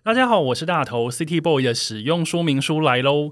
大家好，我是大头 City Boy 的使用说明书来咯。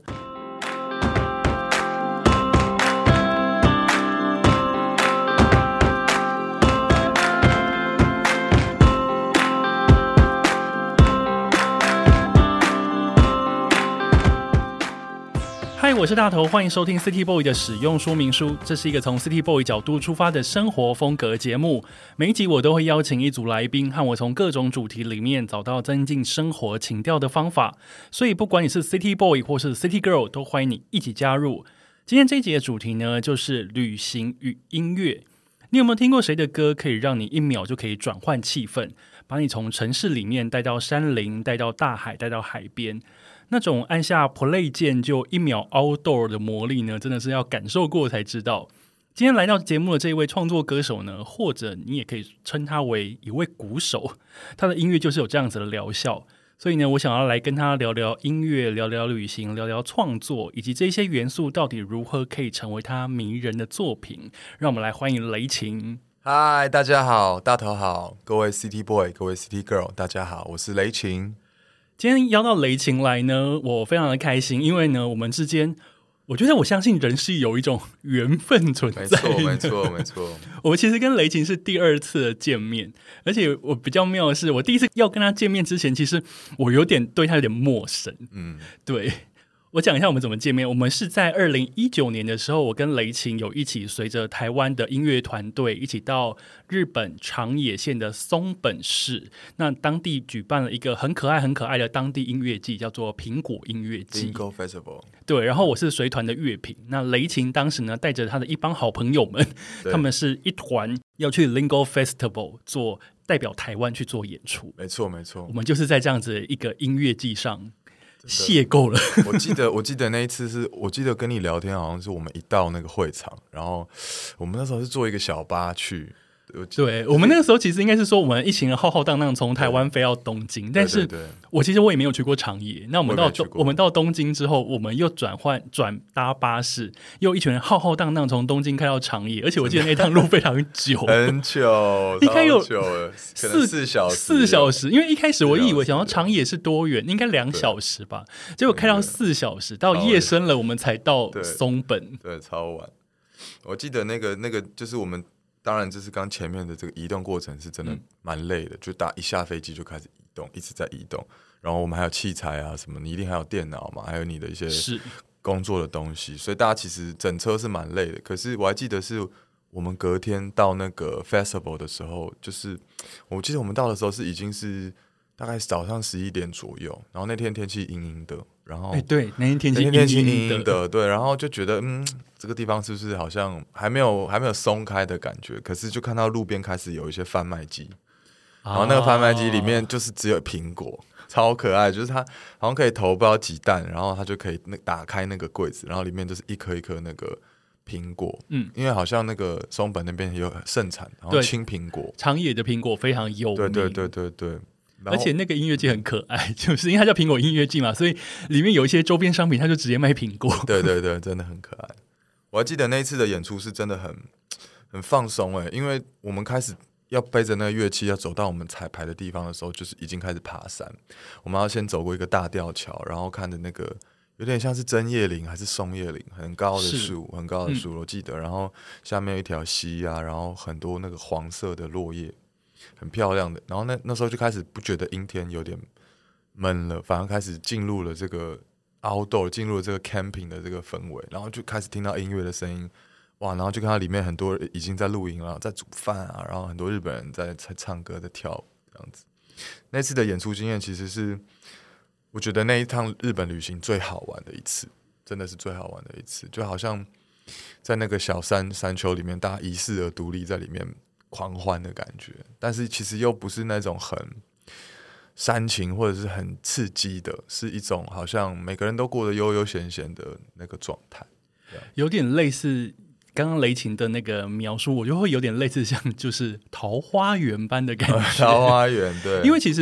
嗨，我是大头，欢迎收听 City Boy 的使用说明书。这是一个从 City Boy 角度出发的生活风格节目。每一集我都会邀请一组来宾，和我从各种主题里面找到增进生活情调的方法。所以不管你是 City Boy 或是 City Girl， 都欢迎你一起加入。今天这一集的主题呢，就是旅行与音乐。你有没有听过谁的歌可以让你一秒就可以转换气氛，把你从城市里面带到山林，带到大海，带到海边？那种按下 play 键就一秒 outdoor 的魔力呢，真的是要感受过才知道。今天来到节目的这一位创作歌手呢，或者你也可以称他为一位鼓手，他的音乐就是有这样子的疗效。所以呢，我想要来跟他聊聊音乐，聊聊旅行，聊聊创作，以及这些元素到底如何可以成为他迷人的作品。让我们来欢迎雷擎。 嗨，大家好，大头好，各位 City Boy， 各位 City Girl， 大家好，我是雷擎。 今天邀到雷擎来呢，我非常的开心，因为呢，我们之间，我觉得我相信人是有一种缘分存在的。 没错。 我们其实跟雷擎是第二次的见面，而且我比较妙的是，我第一次要跟他见面之前，其实我有点对他有点陌生。对。我讲一下我们怎么见面。我们是在2019年的时候，我跟雷擎有一起随着台湾的音乐团队一起到日本长野县的松本市，那当地举办了一个很可爱的当地音乐季，叫做苹果音乐季 Lingo Festival。 对，然后我是随团的乐评，那雷擎当时呢带着他的一帮好朋友们，他们是一团要去 Lingo Festival 做代表台湾去做演出。 没错， 我们就是在这样子一个音乐季上邂逅了。 我记得那一次是我记得跟你聊天，好像是我们一到那个会场，然后我们那时候是坐一个小巴去。 对，我们那个时候其实应该是说，我们一行人浩浩荡荡从台湾飞到东京，但是我其实也没有去过长野。那我们到东京之后，我们又转搭巴士，又一群人浩浩荡荡从东京开到长野，而且我记得那趟路非常久， 很久， 应该有可能4 小时。因为一开始我以为想要长野是多远，应该2小时吧，结果开到4小时，到夜深了我们才到松本。 对，超晚。我记得那个就是我们。当然，就是刚前面的这个移动过程是真的蛮累的，就一下飞机就开始移动，一直在移动。然后我们还有器材啊什么，你一定还有电脑嘛，还有你的一些工作的东西，所以大家其实整车是蛮累的。可是我还记得是我们隔天到那个 festival 的时候，就是我记得我们到的时候是已经是大概早上11点左右，然后那天天气阴阴的，然后对，那天天气阴阴的， 对，然后就觉得这个地方是不是好像还没有松开的感觉？可是就看到路边开始有一些贩卖机，然后那个贩卖机里面就是只有苹果，超可爱，就是它好像可以投不知道几弹，然后它就可以打开那个柜子，然后里面就是一颗一颗那个苹果。因为好像那个松本那边有盛产，然后青苹果， 长野的苹果非常有名。 对。 而且那个音乐季很可爱，就是因为它叫苹果音乐季嘛，所以里面有一些周边商品，它就直接卖苹果。 对，真的很可爱。我还记得那一次的演出是真的很放松因为我们开始要背着那个乐器要走到我们彩排的地方的时候，就是已经开始爬山。我们要先走过一个大吊桥，然后看着那个有点像是针叶林还是松叶林，很高的树，我记得。然后下面有一条溪啊，然后很多那个黄色的落叶，很漂亮的。然后那时候就开始不觉得阴天有点闷了，反而开始进入了这个outdoor， 进入了这个 camping 的这个氛围，然后就开始听到音乐的声音，哇！然后就看到里面很多人已经在露营了，在煮饭啊，然后很多日本人在唱歌，在跳舞这样子。那次的演出经验其实是我觉得那一趟日本旅行最好玩的一次，真的是最好玩的一次，就好像在那个小山丘里面，大家遗世而独立，在里面狂欢的感觉，但是其实又不是那种很煽情或者是很刺激的，是一种好像每个人都过得悠悠闲闲的那个状态， 有点类似刚刚雷擎的那个描述，我就会有点类似像就是桃花源般的感觉。 桃花源，对， 因为其实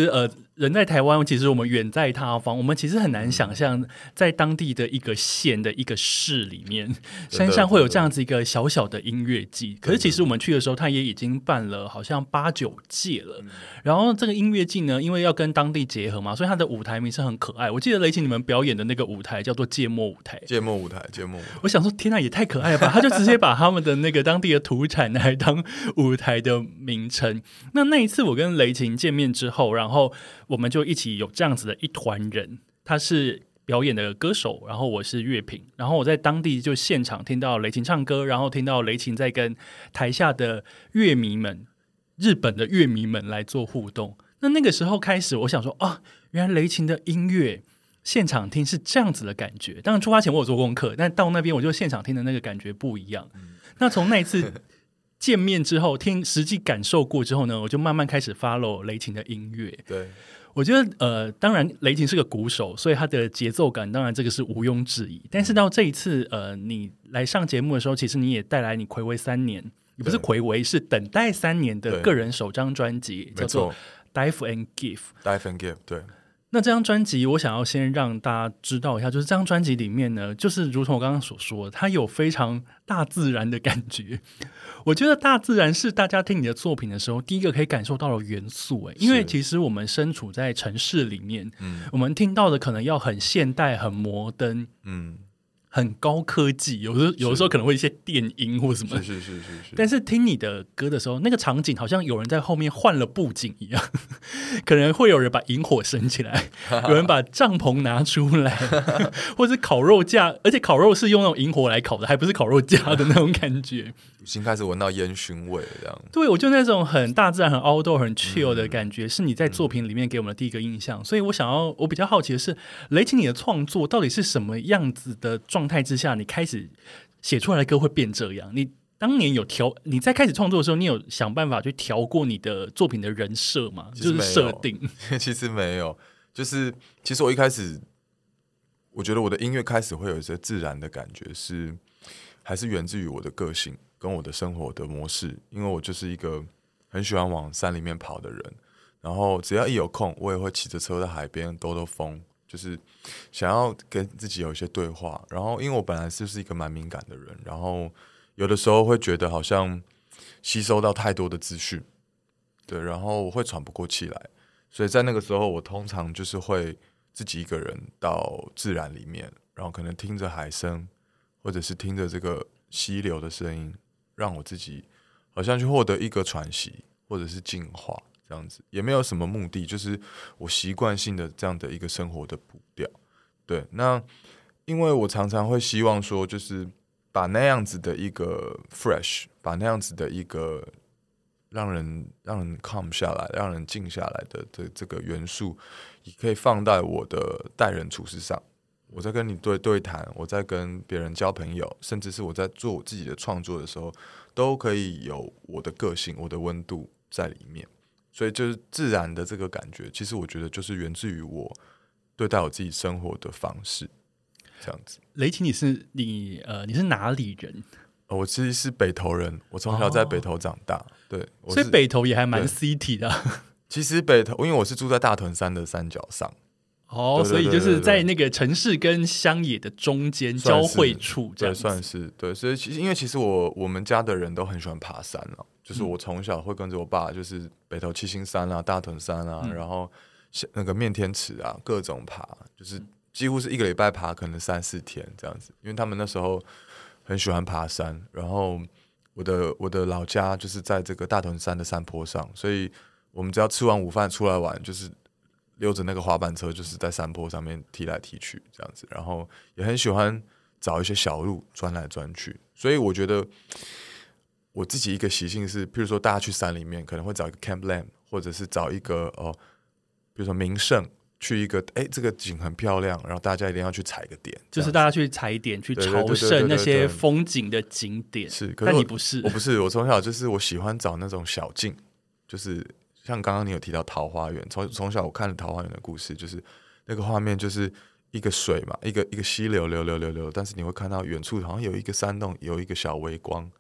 人在台湾，其实我们远在他方，我们其实很难想象，在当地的一个县的一个市里面，山上会有这样子一个小小的音乐季。可是其实我们去的时候，他也已经办了好像8、9届了。然后这个音乐季呢，因为要跟当地结合嘛，所以它的舞台名是很可爱。我记得雷晴你们表演的那个舞台叫做芥末舞台。芥末舞台。我想说，天哪，也太可爱了吧！他就直接把他们的那个当地的土产来当舞台的名称。那一次我跟雷晴见面之后，然后我们就一起有这样子的一团人，他是表演的歌手，然后我是乐评，然后我在当地就现场听到雷晴唱歌，然后听到雷晴在跟台下的乐迷们，日本的乐迷们来做互动。那个时候开始，我想说啊，原来雷晴的音乐现场听是这样子的感觉。当然出发前我有做功课，但到那边我就现场听的那个感觉不一样。那从那一次见面之后，实际感受过之后呢，我就慢慢开始 follow 雷晴的音乐。 对， 我觉得当然雷晴是个鼓手，所以他的节奏感当然这个是毋庸置疑。但是到这一次你来上节目的时候，其实你也带来你睽违3年，你不是睽违，是等待3年的个人首张专辑，叫做 Dive and Give。 对。 那这张专辑我想要先让大家知道一下，就是这张专辑里面呢，就是如同我刚刚所说的，它有非常大自然的感觉。我觉得大自然是大家听你的作品的时候第一个可以感受到的元素。因为其实我们身处在城市里面，我们听到的可能要很现代、很摩登，很高科技，有的时候可能会一些电音或什么， 是。 但是听你的歌的时候，那个场景好像有人在后面换了布景一样，可能会有人把萤火升起来，有人把帐篷拿出来，或者是烤肉架，而且烤肉是用那种萤火来烤的，还不是烤肉架的那种感觉。 已经开始闻到烟熏味这样。 对，我就那种很大自然、很 outdoor、很 chill 的感觉，是你在作品里面给我们的第一个印象。所以我比较好奇的是，雷晴你的创作到底是什么样子的状态之下，你开始写出来的歌会变这样？你当年你在开始创作的时候，你有想办法去调过你的作品的人设吗？就是设定。 其实没有，就是其实我一开始，我觉得我的音乐开始会有一些自然的感觉，还是源自于我的个性跟我的生活的模式。因为我就是一个很喜欢往山里面跑的人，然后只要一有空，我也会骑着车在海边兜风，就是想要跟自己有一些对话。然后因为我本来就是一个蛮敏感的人，然后有的时候会觉得好像吸收到太多的资讯，对，然后我会喘不过气来。所以在那个时候，我通常就是会自己一个人到自然里面，然后可能听着海声，或者是听着这个溪流的声音，让我自己好像去获得一个喘息，或者是净化，这样子也没有什么目的，就是我习惯性的这样的一个生活的步调。对，那因为我常常会希望说，就是把那样子的一个 fresh， 把那样子的一个让人 calm 下来，让人静下来的这个元素，也可以放在我的待人处事上。我在跟你对谈，我在跟别人交朋友，甚至是我在做我自己的创作的时候，都可以有我的个性、我的温度在里面。所以就是自然的这个感觉，其实我觉得就是源自于我对待我自己生活的方式，这样子。 雷晴，你是哪里人？ 我其实是北投人，我从小在北投长大。对， 所以北投也还蛮 city 的。 其实北投，因为我是住在大屯山的山脚上。 对，所以就是在那个城市跟乡野的中间交汇处，这样子。 对，算是对。所以因为其实我们家的人都很喜欢爬山啊，就是我从小会跟着我爸，就是北投七星山啊、大屯山啊，然后那个面天池啊，各种爬，就是几乎是一个礼拜爬可能3-4天这样子。因为他们那时候很喜欢爬山，然后我的老家就是在这个大屯山的山坡上，所以我们只要吃完午饭出来玩，就是溜着那个滑板车，就是在山坡上面踢来踢去这样子，然后也很喜欢找一些小路钻来钻去。所以我觉得我自己一个习性是，譬如说大家去山里面可能会找一个 campland， 或者是找一个比如说名胜，去一个这个景很漂亮，然后大家一定要去踩个点， 就是大家去踩点，去朝圣那些风景的景点。 是， 但你不是， 我不是，我从小就是我喜欢找那种小径，就是像刚刚你有提到桃花源，从小我看了桃花源的故事，就是那个画面就是一个水嘛，一个溪流流，但是你会看到远处好像有一个山洞，有一个小微光，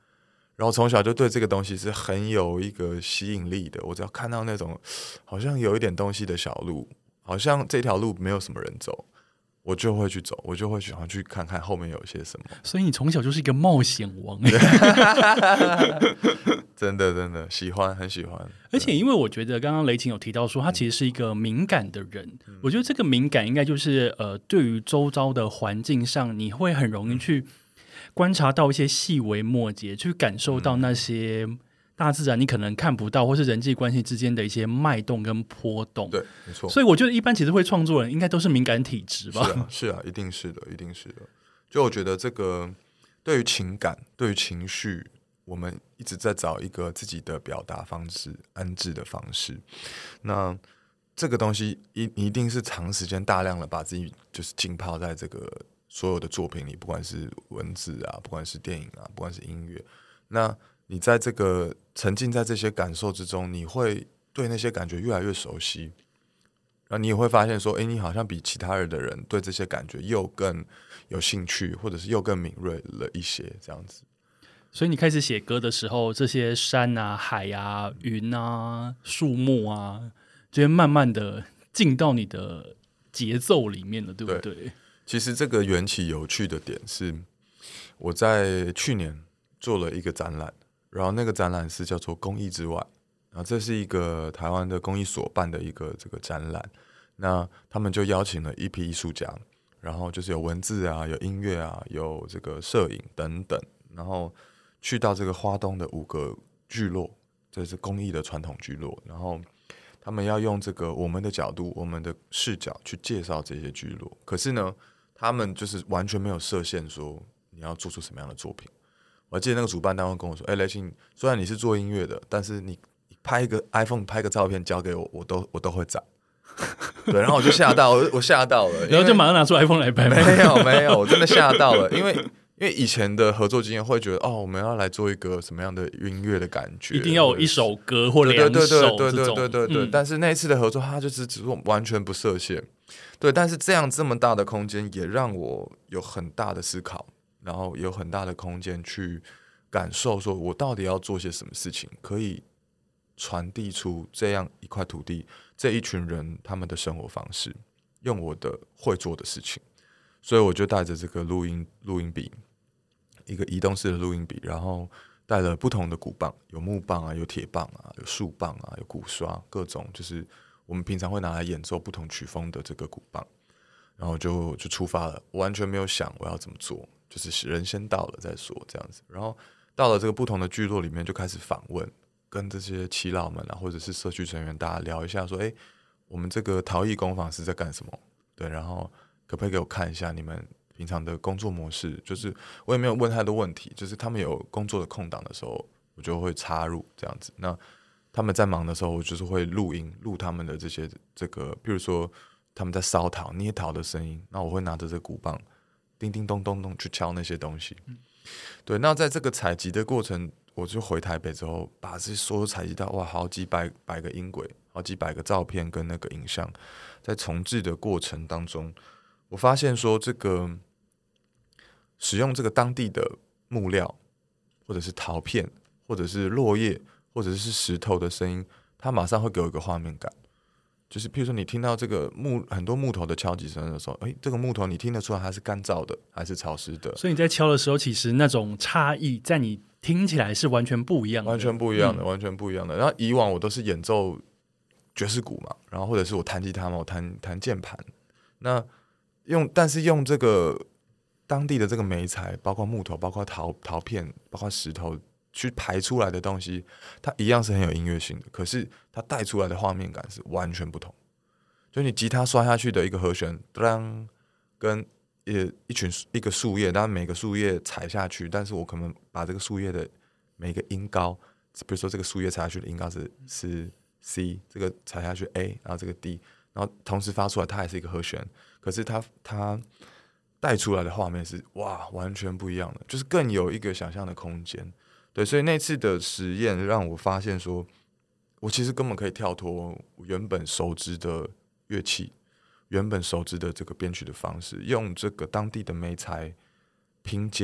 然后从小就对这个东西是很有一个吸引力的。我只要看到那种好像有一点东西的小路，好像这条路没有什么人走，我就会去走，我就会想要去看看后面有些什么。 所以你从小就是一个冒险王真的喜欢，很喜欢。 而且因为我觉得刚刚雷晴有提到说他其实是一个敏感的人，我觉得这个敏感应该就是对于周遭的环境上你会很容易去观察到一些细微末节，去感受到那些大自然你可能看不到或是人际关系之间的一些脉动跟波动。 对，没错。 所以我觉得一般其实会创作的人应该都是敏感体质吧。 是啊，一定是的。就我觉得这个对于情感对于情绪，我们一直在找一个自己的表达方式，安置的方式。那这个东西你一定是长时间大量的把自己就是浸泡在这个所有的作品里，不管是文字啊，不管是电影啊，不管是音乐，那你在这个沉浸在这些感受之中，你会对那些感觉越来越熟悉，然后你也会发现说，你好像比其他人的人对这些感觉又更有兴趣，或者是又更敏锐了一些，这样子。 所以你开始写歌的时候，这些山啊、海啊、云啊、树木啊，就会慢慢的进到你的节奏里面了，对不对？ 其实这个缘起有趣的点是，我在去年做了一个展览，然后那个展览是叫做公益之外，然后这是一个台湾的公益所办的一个这个展览，那他们就邀请了一批艺术家，然后就是有文字啊，有音乐啊，有这个摄影等等，然后去到这个花东的5个聚落，这是公益的传统聚落，然后他们要用这个我们的角度、我们的视角去介绍这些聚落，可是呢，他们就是完全没有设限说你要做出什么样的作品。我还记得那个主办单位跟我说：“雷晴，虽然你是做音乐的，但是你拍一个 iPhone 拍个照片交给我，我都会展。”对，然后我就吓到，我吓到了， 然后就马上拿出 iPhone 来拍吗？ 没有，我真的吓到了，因为以前的合作经验会觉得我们要来做一个什么样的音乐的感觉， 一定要有一首歌或2首这种。 对。但是那一次的合作，他就是只完全不设限。对，但是这么大的空间，也让我有很大的思考，然后有很大的空间去感受，说我到底要做些什么事情，可以传递出这样一块土地，这一群人他们的生活方式，用我的会做的事情。所以我就带着这个录音笔，一个移动式的录音笔，然后带了不同的鼓棒，有木棒啊，有铁棒啊，有树棒啊，有鼓刷，各种就是我们平常会拿来演奏不同曲风的这个鼓棒，然后就出发了。我完全没有想我要怎么做，就是人先到了再说这样子。然后到了这个不同的聚落里面，就开始访问，跟这些耆老们啊，或者是社区成员，大家聊一下说，我们这个陶艺工坊是在干什么？对，然后可不可以给我看一下你们平常的工作模式？就是我也没有问太多问题，就是他们有工作的空档的时候，我就会插入这样子。那他们在忙的时候，我就是会录他们的这个，比如说他们在烧陶、捏陶的声音，那我会拿着这个鼓棒，叮叮咚咚咚去敲那些东西。对，那在这个采集的过程，我就回台北之后，把这些所有采集到好几百个音轨，好几百个照片跟那个影像，在重制的过程当中，我发现说这个使用这个当地的木料，或者是陶片，或者是落叶，或者是石头的声音，它马上会给我一个画面感。就是譬如说你听到这个很多木头的敲击声的时候，这个木头你听得出来它是干燥的还是潮湿的？ 所以你在敲的时候，其实那种差异在你听起来是完全不一样的， 完全不一样的，完全不一样的。然后以往我都是演奏爵士鼓嘛，然后或者是我弹吉他嘛，我弹键盘。那但是用这个当地的这个媒材，包括木头，包括陶片，包括石头去排出来的东西，它一样是很有音乐性的，可是它带出来的画面感是完全不同。就你吉他刷下去的一个和弦，跟一个树叶，当然每个树叶踩下去，但是我可能把这个树叶的每个音高，比如说这个树叶踩下去的音高是 C， 这个踩下去 A， 然后这个 D， 然后同时发出来，它还是一个和弦，可是它带出来的画面是完全不一样的，就是更有一个想象的空间。对，所以那次的实验让我发现说，我其实根本可以跳脱原本熟知的乐器，原本熟知的这个编曲的方式，用这个当地的媒材拼接，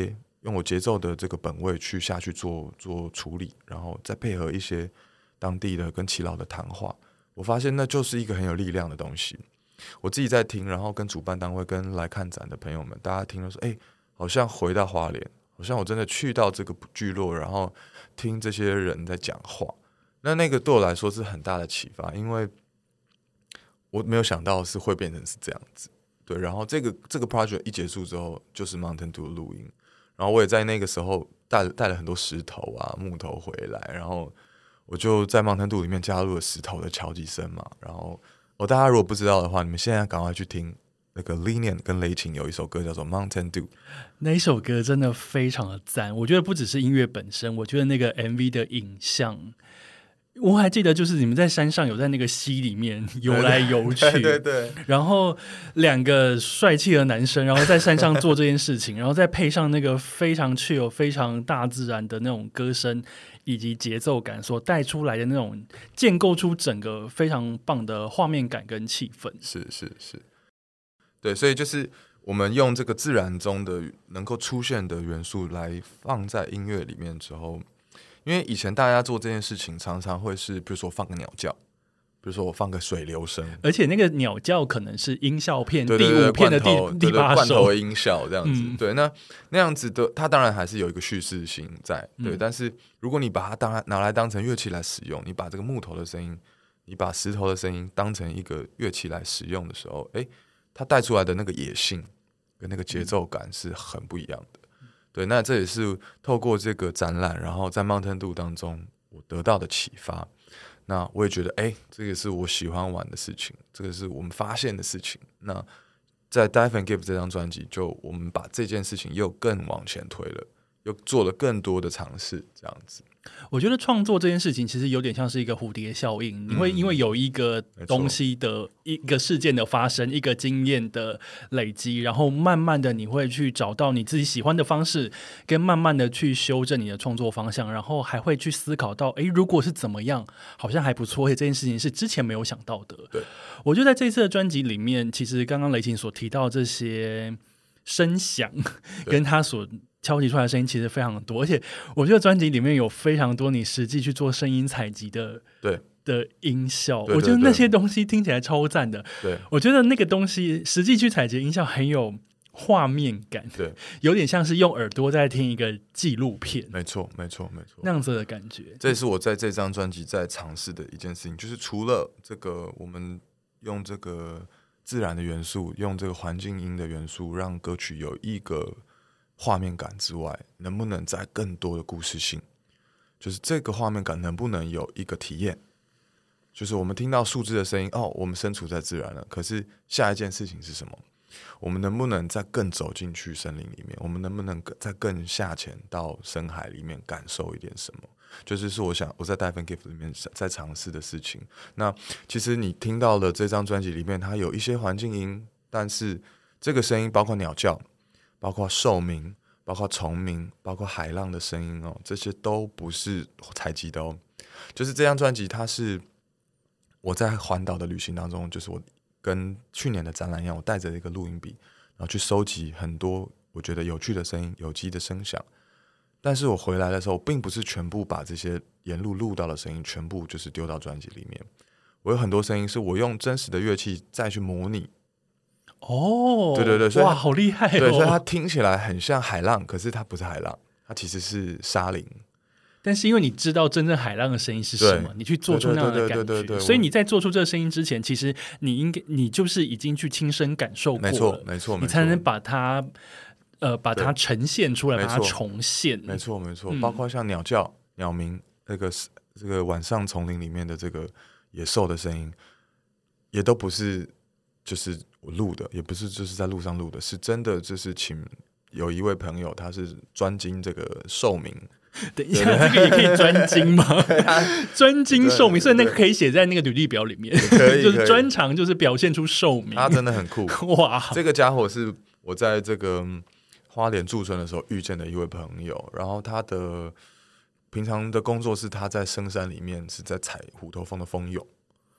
用我节奏的这个本位去下去做处理，然后再配合一些当地的跟耆老的谈话，我发现那就是一个很有力量的东西。我自己在听，然后跟主办单位跟来看展的朋友们，大家听了说，好像回到花莲，好像我真的去到这个聚落，然后听这些人在讲话。那个对我来说是很大的启发，因为我没有想到是会变成是这样子。对，然后这个 project 一结束之后，就是 Mountain Dew 录音，然后我也在那个时候带了很多石头啊木头回来，然后我就在 Mountain Dew 里面加入了石头的敲击声嘛。然后大家如果不知道的话，你们现在赶快去听那个 Linian 跟雷琴有一首歌叫做 Mountain Dew， 那一首歌真的非常的赞。我觉得不只是音乐本身，我觉得那个 MV 的影像。我还记得，就是你们在山上有在那个溪里面游来游去， 对， 然后2个帅气的男生，然后在山上做这件事情，然后再配上那个非常chill、非常大自然的那种歌声以及节奏感所带出来的那种，建构出整个非常棒的画面感跟气氛。 是，对，所以就是我们用这个自然中的能够出现的元素来放在音乐里面之后。因为以前大家做这件事情常常会是，比如说放个鸟叫，比如说我放个水流声， 而且那个鸟叫可能是音效片对第5片的第8首罐头的音效这样子。对，那样子的它当然还是有一个叙事性在，对。但是如果你把它拿来当成乐器来使用，你把这个木头的声音，你把石头的声音当成一个乐器来使用的时候，它带出来的那个野性跟那个节奏感是很不一样的。对，那这也是透过这个展览，然后在 Mountain Dew 当中我得到的启发。那我也觉得，这个是我喜欢玩的事情，这个是我们发现的事情。那在 Dive and Give 这张专辑，就我们把这件事情又更往前推了，又做了更多的尝试，这样子。 我觉得创作这件事情其实有点像是一个蝴蝶效应，你会因为有一个东西的一个事件的发生，一个经验的累积，然后慢慢的你会去找到你自己喜欢的方式，跟慢慢的去修正你的创作方向，然后还会去思考到如果是怎么样好像还不错，而且这件事情是之前没有想到的。 对， 我觉得在这次的专辑里面，其实刚刚雷琴所提到这些声响跟他所敲击出来的声音其实非常多，而且我觉得专辑里面有非常多你实际去做声音采集的音效，我觉得那些东西听起来超赞的。 对， 我觉得那个东西实际去采集音效很有画面感， 对， 有点像是用耳朵在听一个纪录片， 没错， 那样子的感觉。 这也是我在这张专辑在尝试的一件事情，就是除了这个我们用这个自然的元素，用这个环境音的元素，让歌曲有一个画面感之外，能不能再更多的故事性？就是这个画面感能不能有一个体验？就是我们听到树枝的声音，我们身处在自然了。可是下一件事情是什么？我们能不能再更走进去森林里面？我们能不能再更下潜到深海里面感受一点什么？就是我在 Dive and Give 里面在尝试的事情。那其实你听到了这张专辑里面，它有一些环境音，但是这个声音包括鸟叫，包括兽鸣，包括虫鸣，包括海浪的声音这些都不是采集的就是这张专辑，它是我在环岛的旅行当中，就是我跟去年的展览一样，我带着一个录音笔，然后去收集很多我觉得有趣的声音、有机的声响。但是我回来的时候，并不是全部把这些沿路录到的声音全部就是丢到专辑里面。我有很多声音是我用真实的乐器再去模拟。对，所以哇，好厉害对，所以它听起来很像海浪，可是它不是海浪，它其实是沙林。 但是因为你知道真正海浪的声音是什么，你去做出那样的感觉，所以你在做出这个声音之前，其实你就是已经去亲身感受过了， 没错， 你才能把它呈现出来，把它重现。 没错，包括像鸟叫、鸟鸣，这个晚上丛林里面的这个野兽的声音，也都不是就是我录的，也不是就是在路上录的，是真的就是请有一位朋友，他是专精这个兽鸣。 等一下，这个也可以专精吗？专精兽鸣，所以那个可以写在那个履历表里面，就是专长就是表现出兽鸣。 他真的很酷哇！ 这个家伙是我在这个花莲驻村的时候遇见的一位朋友，然后他的平常的工作是他在深山里面是在采虎头蜂的蜂蛹，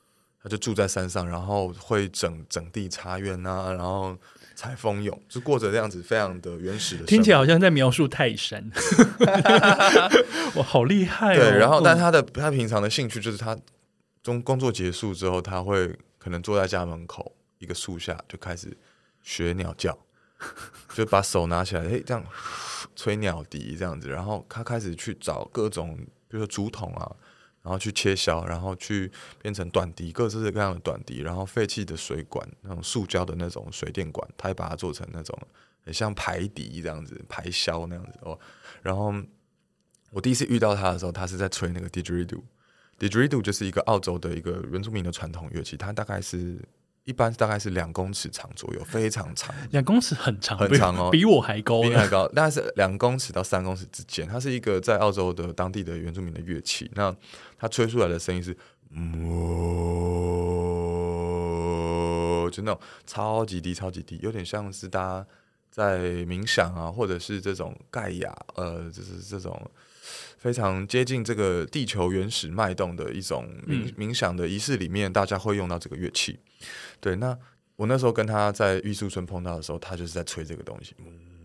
他就住在山上，然后会整地茶园啊，然后采蜂蛹，就过着这样子非常的原始的生活。 听起来好像在描述泰山，哇，好厉害哦！ 对，然后但他平常的兴趣就是他工作结束之后，他会可能坐在家门口一个树下就开始学鸟叫，就把手拿起来，这样吹鸟笛这样子，然后他开始去找各种，比如说竹筒啊。然后去切削，然后去变成短笛，各式各样的短笛，然后废弃的水管，那种塑胶的那种水电管，他也把它做成那种很像排笛这样子，排箫那样子哦。然后我第一次遇到他的时候，他是在吹那个 didgeridoo，didgeridoo 就是一个澳洲的一个原住民的传统乐器，它一般大概是2公尺长左右，非常长。 2公尺很长， 很长哦， 比我还高， 比你还高，大概是2公尺到3公尺之间。它是一个在澳洲的当地的原住民的乐器。那它吹出来的声音是，就那种超级低、超级低，有点像是大家在冥想啊，或者是这种盖亚，就是这种非常接近这个地球原始脉动的一种冥想的仪式里面，大家会用到这个乐器。对，那我那时候跟他在玉树村碰到的时候，他就是在吹这个东西，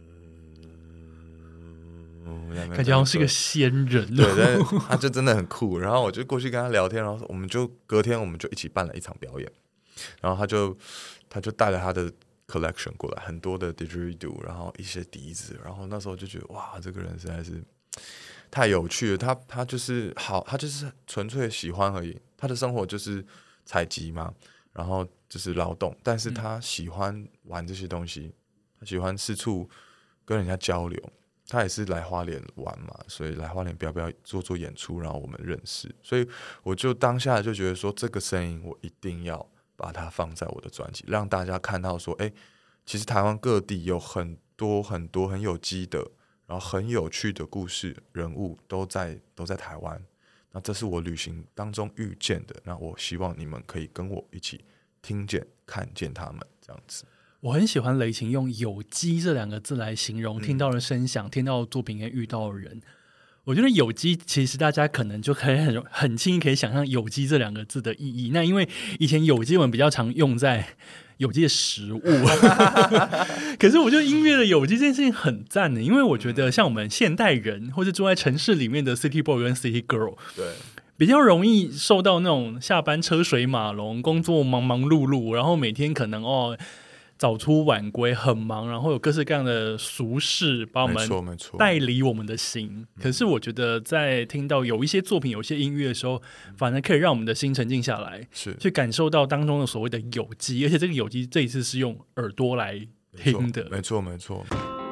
感觉好像是个仙人。 对，但是他就真的很酷。然后我就过去跟他聊天，然后隔天我们就一起办了一场表演。然后他就带了他的 collection 过来，很多的 didgeridoo， 然后一些笛子。然后那时候就觉得哇，这个人实在是太有趣了。他就是好，他就是纯粹喜欢而已。他的生活就是采集嘛。然后就是劳动，但是他喜欢玩这些东西，他喜欢四处跟人家交流。他也是来花莲玩嘛，所以来花莲不要做演出，然后我们认识。所以我就当下就觉得说，这个声音我一定要把它放在我的专辑，让大家看到说，其实台湾各地有很多很多很有机的，然后很有趣的故事人物都在台湾。那这是我旅行当中遇见的，那我希望你们可以跟我一起听见、看见他们这样子。 我很喜欢雷擎用有机这2个字来形容听到的声响、听到的作品跟遇到的人。我觉得有机其实大家可能就可以很轻易可以想象有机这2个字的意义。那因为以前有机文比较常用在有机的食物可是我觉得音乐的有机这件事情很赞的，因为我觉得像我们现代人或是住在城市里面的 City Boy 跟 City Girl， 对，比较容易受到那种下班车水马龙，工作忙忙碌碌，然后每天可能早出晚归很忙，然后有各式各样的俗事把我们带离我们的心。可是我觉得在听到有一些作品有一些音乐的时候，反而可以让我们的心沉静下来，去感受到当中的所谓的有机，而且这个有机这一次是用耳朵来听的。 没错没错。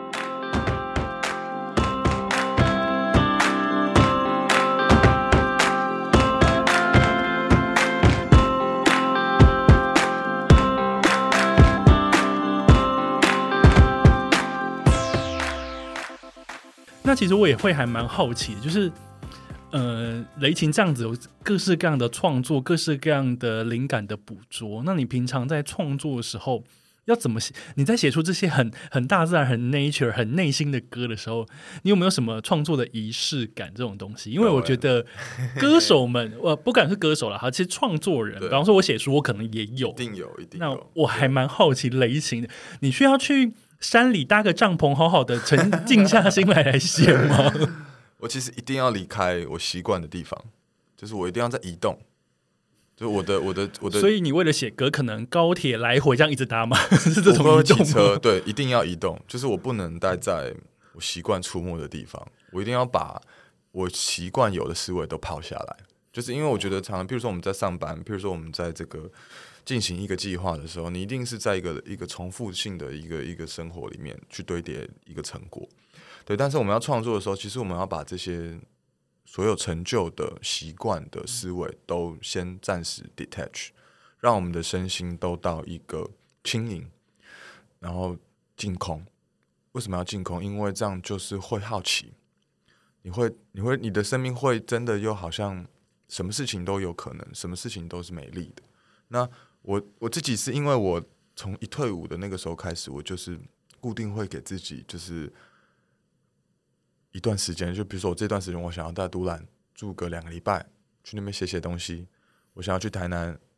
那其实我也会还蛮好奇的，就是雷擎这样子有各式各样的创作，各式各样的灵感的捕捉。那你平常在创作的时候要怎么写？你在写出这些很大自然、很 nature、很内心的歌的时候，你有没有什么创作的仪式感这种东西？因为我觉得歌手们，我不敢是歌手啦，其实创作人，比方说我写书，我可能也有， 一定有。 那我还蛮好奇雷擎的，你需要去山里搭个帐篷，好好的沉静下心来写吗？ 我其实一定要离开我习惯的地方，就是我一定要在移动。就我的， 所以你为了写歌，可能高铁来回这样一直搭吗？是这种移动吗？ 骑车，对，一定要移动。就是我不能待在我习惯出没的地方，我一定要把我习惯有的思维都抛下来。就是因为我觉得常常，比如说我们在上班，比如说我们在这个进行一个计划的时候，你一定是在一个重复性的一个生活里面去堆叠一个成果。对，但是我们要创作的时候，其实我们要把这些所有成就的习惯的思维都先暂时 detach， 让我们的身心都到一个轻盈，然后净空。为什么要净空？因为这样就是会好奇，你的生命会真的又好像什么事情都有可能，什么事情都是美丽的。那我自己是因为我从一退伍的那个时候开始，我就是固定会给自己就是一段时间，就比如说我这段时间我想要在都兰住个2个礼拜，去那边写东西。我想要去台南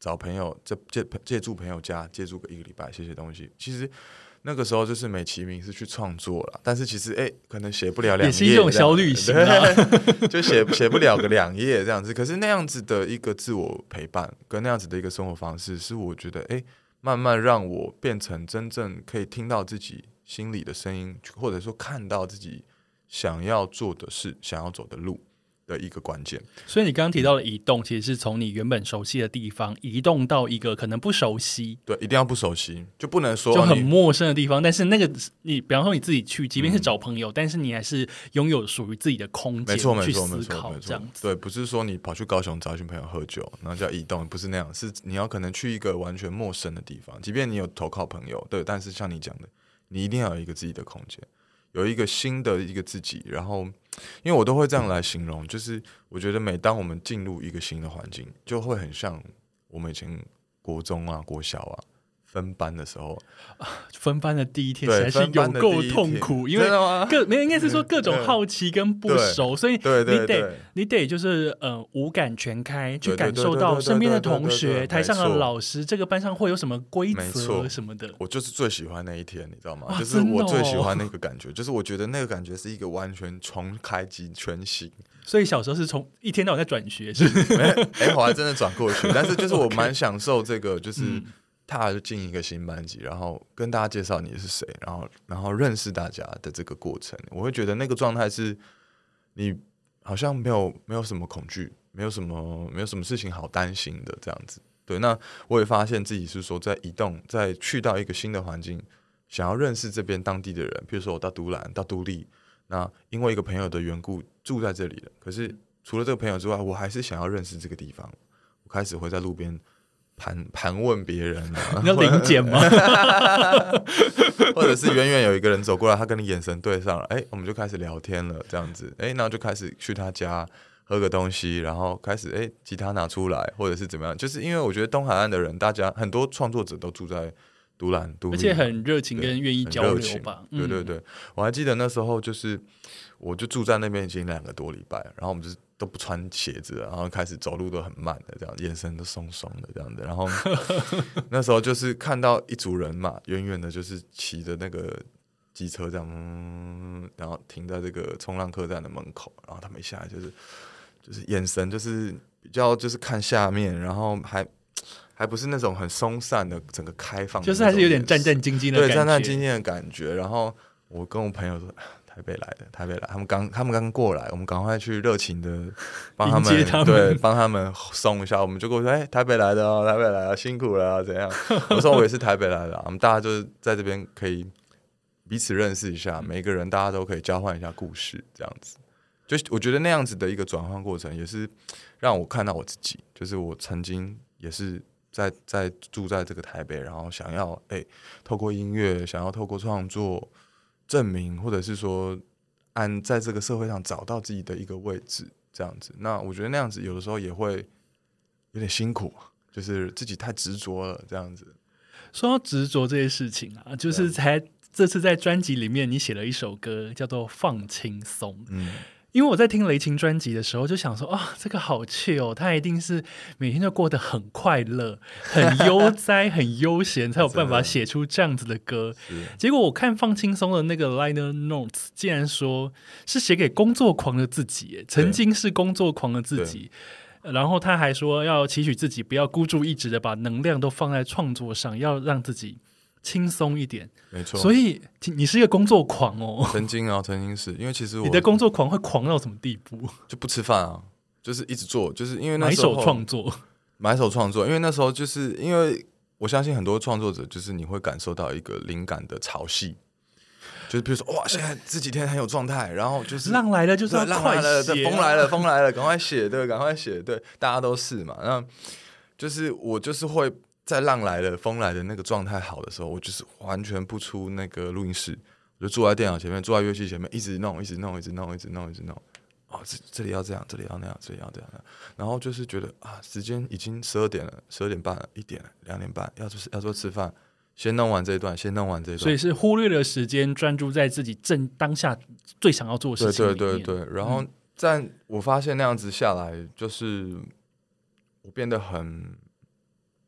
找朋友借住朋友家，借住个1个礼拜写东西。其实那个时候就是美其名是去创作了，但是其实可能写不了2页， 也是一种小旅行啊， 就写不了个2页这样子。可是那样子的一个自我陪伴，跟那样子的一个生活方式，是我觉得慢慢让我变成真正可以听到自己心里的声音，或者说看到自己想要做的事、想要走的路的一个关键。 所以你刚刚提到的移动，其实是从你原本熟悉的地方移动到一个可能不熟悉， 对，一定要不熟悉，就不能说就很陌生的地方。但是那个你，比方说你自己去，即便是找朋友，但是你还是拥有属于自己的空间， 没错， 去思考这样子。 对，不是说你跑去高雄找一群朋友喝酒，然后叫移动，不是那样，是你要可能去一个完全陌生的地方，即便你有投靠朋友，对，但是像你讲的，你一定要有一个自己的空间。有一个新的一个自己，然后因为我都会这样来形容，就是我觉得每当我们进入一个新的环境，就会很像我们以前国中啊、国小啊分班的时候， 分班的第一天实在是有够痛苦，因为应该是说各种好奇跟不熟，所以你得就是五感全开，去感受到身边的同学、台上的老师，这个班上会有什么规则什么的。 我就是最喜欢那一天，你知道吗？就是我最喜欢那个感觉，就是我觉得那个感觉是一个完全重开机全新。 所以小时候是从一天到晚在转学，是不是？ 我还真的转过去，但是就是我蛮享受这个，就是踏进一个新班级，然后跟大家介绍你是谁，然后认识大家的这个过程，我会觉得那个状态是你好像没有什么恐惧，没有什么事情好担心的这样子。对，那我也发现自己是说在移动，在去到一个新的环境，想要认识这边当地的人，比如说我到都兰、到都历，那因为一个朋友的缘故住在这里了。可是除了这个朋友之外，我还是想要认识这个地方。我开始会在路边盘问别人啊， 你要临检吗？ 或者是远远有一个人走过来，他跟你眼神对上了，我们就开始聊天了，这样子，然后就开始去他家喝个东西，然后开始吉他拿出来，或者是怎么样，就是因为我觉得东海岸的人，大家很多创作者都住在都兰，而且很热情跟愿意交流吧。 对对对，我还记得那时候就是我就住在那边已经2个多礼拜，然后我们就是都不穿鞋子了，然后开始走路都很慢的这样，眼神都松松的这样的。然后那时候就是看到一组人嘛，远远的就是骑着那个机车这样，然后停在这个冲浪客栈的门口，然后他们一下来就是眼神就是比较就是看下面，然后还不是那种很松散的整个开放的， 就是还是有点战战兢兢的感觉， 对，战战兢兢的感觉。然后我跟我朋友说，台北来的，他们刚过来，我们赶快去热情的帮他们，对，帮他们松一下。我们就跟我说，台北来的哦，台北来的，辛苦了，怎样？我说我也是台北来的，我们大家就是在这边可以彼此认识一下，每个人大家都可以交换一下故事，这样子。就我觉得那样子的一个转换过程，也是让我看到我自己，就是我曾经也是在住在这个台北，然后想要透过音乐，想要透过创作证明，或者是说在这个社会上找到自己的一个位置，这样子。那我觉得那样子有的时候也会有点辛苦，就是自己太执着了，这样子。 说到执着这些事情啊，就是这次在专辑里面你写了一首歌叫做《放轻松》。因为我在听雷琴专辑的时候就想说，这个好chill哦，他一定是每天都过得很快乐、很悠哉、很悠闲，才有办法写出这样子的歌。结果我看放轻松的那个 liner notes， 竟然说是写给工作狂的自己，曾经是工作狂的自己。然后他还说要期许自己不要孤注一掷的把能量都放在创作上，要让自己轻松一点。 没错， 所以你是一个工作狂哦。 曾经是因为其实你的工作狂会狂到什么地步？ 就不吃饭啊，就是一直做，就是因为那时候埋首创作，因为那时候就是因为我相信很多创作者，就是你会感受到一个灵感的潮汐。就是比如说，哇，现在这几天很有状态，然后就是浪来了，就是要快写， 风来了，赶快写，对，赶快写，对，大家都是嘛。那就是我就是会在浪来了、风来的那个状态好的时候，我就是完全不出那个录音室，我就坐在电脑前面，坐在乐器前面，一直弄。哦，这里要这样，这里要那样，这里要这样，然后就是觉得时间已经12点了，12点半了，1点了，2点半，要做吃饭。先弄完这一段，所以是忽略了时间，专注在自己当下最想要做的事情里面。 对，然后我发现那样子下来，就是我变得很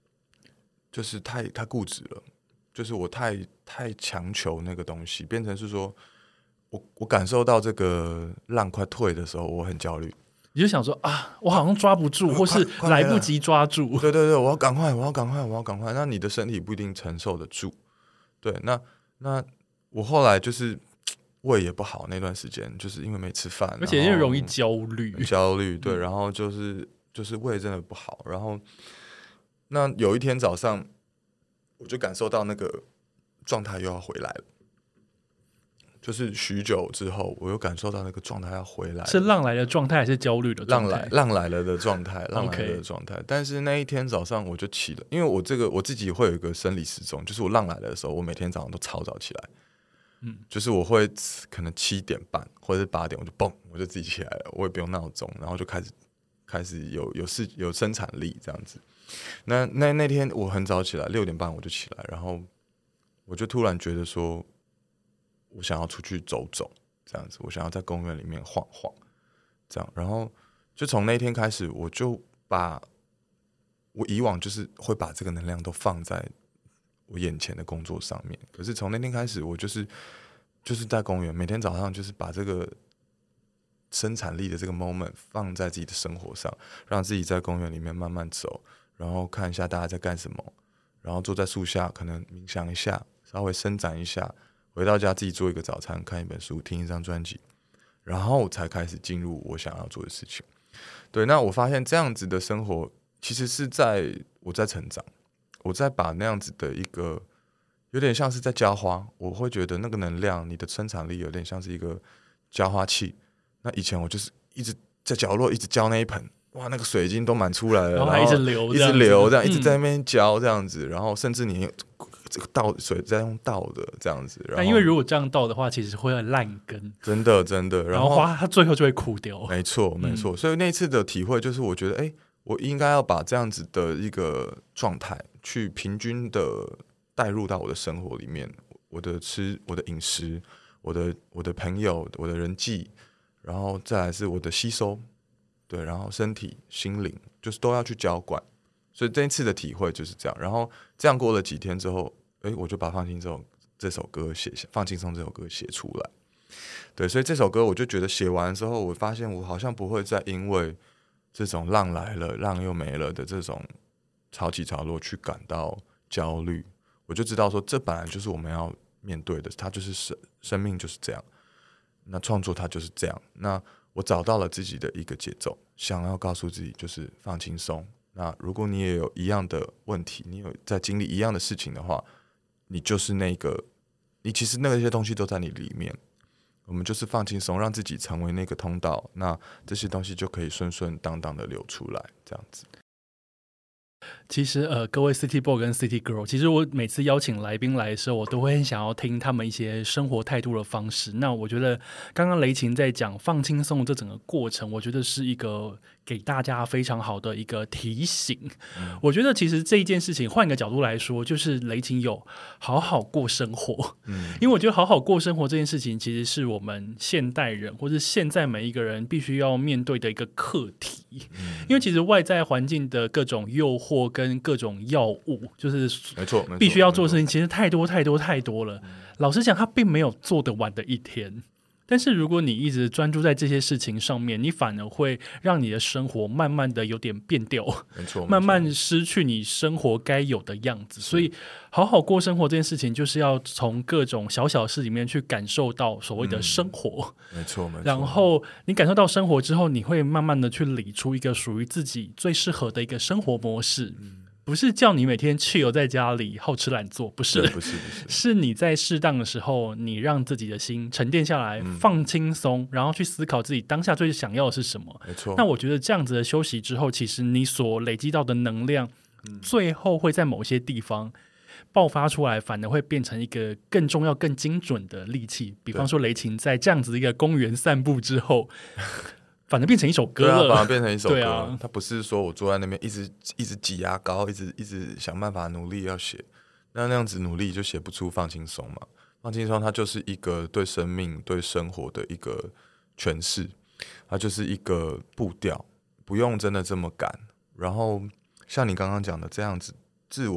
就是太固执了，就是我太强求那个东西，变成是说我感受到这个浪快退的时候，我很焦虑。 你就想说啊，我好像抓不住，或是来不及抓住。 对对对，我要赶快，我要赶快，我要赶快。那你的身体不一定承受得住。对，那我后来就是胃也不好，那段时间就是因为没吃饭， 而且又容易焦虑， 对，然后就是胃真的不好。然后那有一天早上，我就感受到那个状态又要回来了。就是许久之后，我又感受到那个状态要回来了， 是浪来的状态还是焦虑的状态？ 浪来了的状态，浪来了的状态。但是那一天早上我就起了，因为我自己会有一个生理时钟，就是我浪来了的时候，我每天早上都超早起来，就是我会可能7点半或者是8点，我就蹦，我就自己起来了，我也不用闹钟，然后就开始有生产力这样子。那天我很早起来，6点半我就起来，然后我就突然觉得说，我想要出去走走，这样子，我想要在公园里面晃晃，这样，然后就从那天开始，我就把我以往就是会把这个能量都放在我眼前的工作上面，可是从那天开始，我就是在公园，每天早上就是把这个生产力的这个 moment 放在自己的生活上，让自己在公园里面慢慢走，然后看一下大家在干什么，然后坐在树下可能冥想一下，稍微伸展一下。回到家自己做一个早餐，看一本书，听一张专辑，然后才开始进入我想要做的事情。对，那我发现这样子的生活其实是我在成长，我在把那样子的一个有点像是在浇花，我会觉得那个能量，你的生产力有点像是一个浇花器。那以前我就是一直在角落一直浇那一盆，哇，那个水晶都满出来了， 然后还一直流， 这样一直在那边浇这样子，然后甚至你这个倒水在用倒的这样子， 但因为如果这样倒的话，其实会很烂根， 真的， 然后花它最后就会枯掉。 没错，所以那次的体会就是，我觉得，我应该要把这样子的一个状态，去平均的带入到我的生活里面，我的饮食，我的朋友，我的人际，然后再来是我的吸收，对，然后身体、心灵，就是都要去浇灌。所以这一次的体会就是这样，然后这样过了几天之后，我就把放轻松这首歌写下，放轻松这首歌写出来。对，所以这首歌我就觉得写完之后，我发现我好像不会再因为这种浪来了、浪又没了的这种潮起潮落去感到焦虑。我就知道说，这本来就是我们要面对的，它就是生命就是这样。那创作它就是这样。那我找到了自己的一个节奏，想要告诉自己就是放轻松。那如果你也有一样的问题，你有在经历一样的事情的话，你就是你其实那些东西都在你里面。我们就是放轻松，让自己成为那个通道，那这些东西就可以顺顺当当的流出来，这样子。 其实各位 City Boy 跟 City Girl， 其实我每次邀请来宾来的时候，我都会很想要听他们一些生活态度的方式。那我觉得刚刚雷琴在讲放轻松这整个过程，我觉得是一个给大家非常好的一个提醒。我觉得其实这一件事情换一个角度来说，就是雷琴有好好过生活。因为我觉得好好过生活这件事情，其实是我们现代人或是现在每一个人必须要面对的一个课题。因为其实外在环境的各种诱惑跟各种药物，就是必须要做的事情，其实太多了。老实讲，他并没有做得完的一天。但是如果你一直专注在这些事情上面，你反而会让你的生活慢慢的有点变调，慢慢失去你生活该有的样子。所以好好过生活这件事情，就是要从各种小小事里面去感受到所谓的生活。 没错。 然后你感受到生活之后，你会慢慢的去理出一个属于自己最适合的一个生活模式。不是叫你每天chill在家里好吃懒做，不是，是你在适当的时候，你让自己的心沉淀下来，放轻松，然后去思考自己当下最想要的是什么。 没错。 那我觉得这样子的休息之后，其实你所累积到的能量，最后会在某些地方爆发出来，反而会变成一个更重要、更精准的利器。比方说雷琴在这样子一个公园散步之后。反正变成一首歌了， 反而变成一首歌。他不是说我坐在那边一直挤牙膏，一直想办法努力要写，那样子努力就写不出放轻松嘛。放轻松它就是一个对生命、对生活的一个诠释，它就是一个步调，不用真的这么赶。然后像你刚刚讲的这样子，自我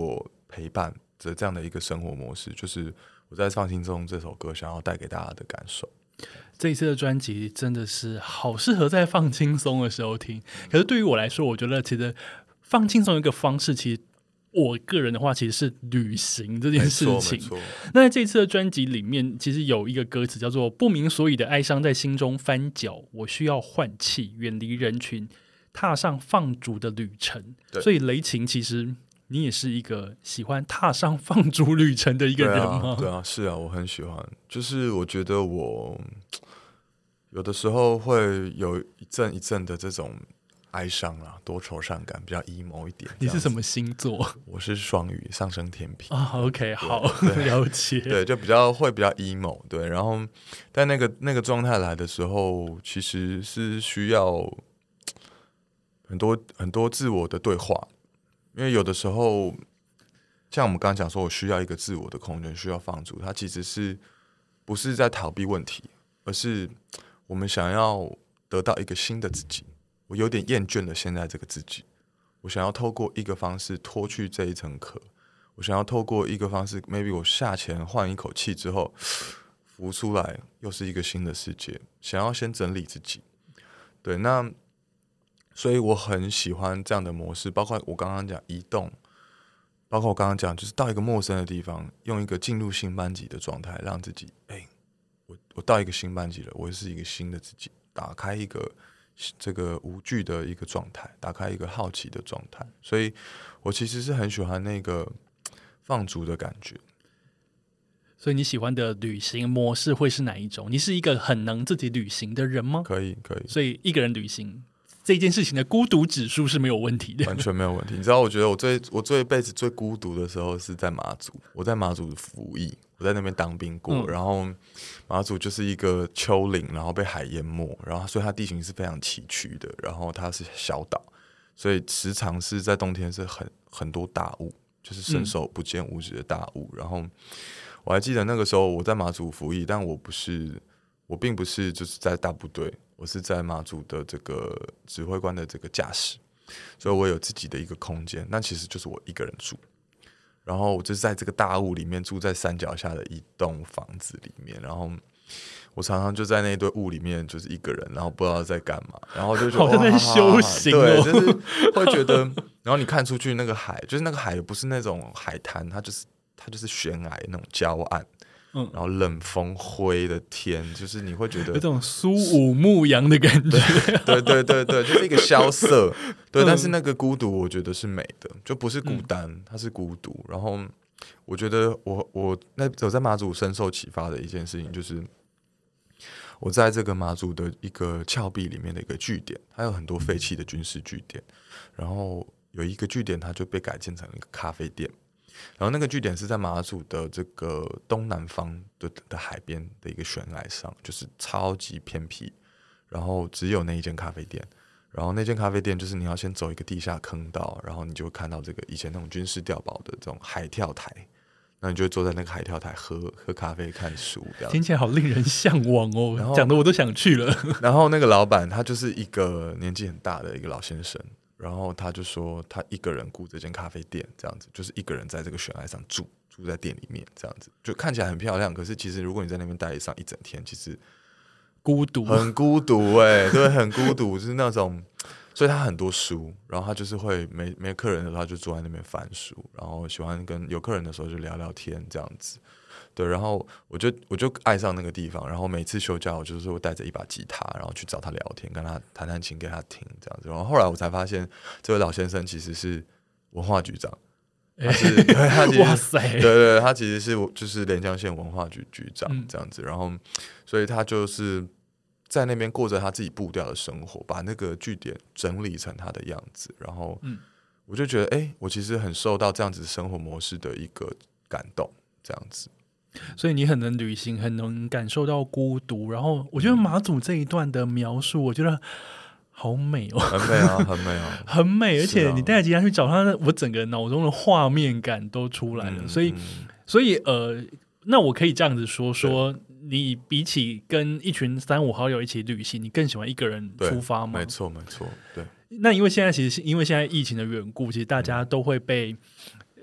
陪伴的这样的一个生活模式，就是我在放轻松这首歌想要带给大家的感受。 这一次的专辑真的是好适合在放轻松的时候听，可是对于我来说，我觉得其实放轻松一个方式，其实我个人的话其实是旅行这件事情。那在这次的专辑里面，其实有一个歌词叫做不明所以的哀伤在心中翻搅，我需要换气，远离人群，踏上放逐的旅程。所以雷擎其实你也是一个喜欢踏上放逐旅程的一个人吗？ 对啊，是啊，我很喜欢。就是我觉得我有的时候会有一阵一阵的这种哀伤啦，多愁善感，比较 emo 一点。 你是什么星座？ 我是双鱼，上升天秤。 OK， 好，了解。 对，就比较 emo。对，然后但那个状态来的时候，其实是需要很多自我的对话。因为有的时候，像我们刚刚讲说，我需要一个自我的空间，需要放逐。它其实是不是在逃避问题，而是我们想要得到一个新的自己。我有点厌倦了现在这个自己，我想要透过一个方式脱去这一层壳。我想要透过一个方式 ，maybe 我下潜换一口气之后，浮出来又是一个新的世界。想要先整理自己，对，那。所以我很喜欢这样的模式，包括我刚刚讲移动，包括我刚刚讲就是到一个陌生的地方，用一个进入新班级的状态，让自己我到一个新班级了，我是一个新的自己，打开一个这个无惧的一个状态，打开一个好奇的状态。所以我其实是很喜欢那个放逐的感觉。 所以你喜欢的旅行模式会是哪一种？你是一个很能自己旅行的人吗？ 可以。 所以一个人旅行这件事情的孤独指数是没有问题的， 完全没有问题。你知道，我觉得我这一辈子最孤独的时候是在马祖。我在马祖服役，我在那边当兵过。然后马祖就是一个丘陵，然后被海淹没，然后所以它地形是非常崎岖的。然后它是小岛，所以时常是在冬天是很多大雾，就是伸手不见五指的大雾。然后我还记得那个时候我在马祖服役，但我并不是就是在大部队。我是在马祖的这个指挥官的这个驾驶，所以我有自己的一个空间，那其实就是我一个人住。然后我就在这个大雾里面住在山脚下的一栋房子里面，然后我常常就在那一堆雾里面就是一个人，然后不知道在干嘛，然后就觉得好像在修行哦， 对，就是会觉得，然后你看出去那个海，就是那个海也不是那种海滩，它就是悬崖那种礁岸。然后冷风灰的天，就是你会觉得有种苏武牧羊的感觉。 对，就是一个萧瑟。对，但是那个孤独，我觉得是美的，就不是孤单，它是孤独。然后我觉得我在马祖深受启发的一件事情，就是我在这个马祖的一个峭壁里面的一个据点，它有很多废弃的军事据点，然后有一个据点，它就被改建成一个咖啡店。然后那个据点是在马祖的这个东南方 的海边的一个悬崖上，就是超级偏僻，然后只有那一间咖啡店。然后那间咖啡店就是你要先走一个地下坑道，然后你就会看到这个以前那种军事碉堡的这种海跳台，那你就会坐在那个海跳台喝咖啡看书， 听起来好令人向往哦，讲的我都想去了。 然后那个老板他就是一个年纪很大的一个老先生，然后他就说他一个人雇这间咖啡店，这样子就是一个人在这个悬崖上住在店里面，这样子就看起来很漂亮。可是其实如果你在那边待上一整天，其实孤独， 很孤独对，很孤独，就是那种。所以他很多书，然后他就是会没客人的时候他就坐在那边翻书，然后喜欢跟有客人的时候就聊聊天这样子。对，然后我就爱上那个地方，然后每次休假我就是会带着一把吉他，然后去找他聊天，跟他弹琴给他听这样子。然后后来我才发现，这位老先生其实是文化局长，他其实哇塞， 对，他其实是就是连江县文化局局长这样子。然后，所以他就是在那边过着他自己步调的生活，把那个据点整理成他的样子。然后，我就觉得，我其实很受到这样子生活模式的一个感动，这样子。 所以你很能旅行，很能感受到孤独。然后我觉得马祖这一段的描述，我觉得好美哦， 很美啊，很美啊， 很美。而且你带着吉他去找他，我整个脑中的画面感都出来了。所以那我可以这样子说，你比起跟一群3-5好友一起旅行，你更喜欢一个人出发吗？ 没错，对。 那因为现在疫情的缘故，其实大家都会被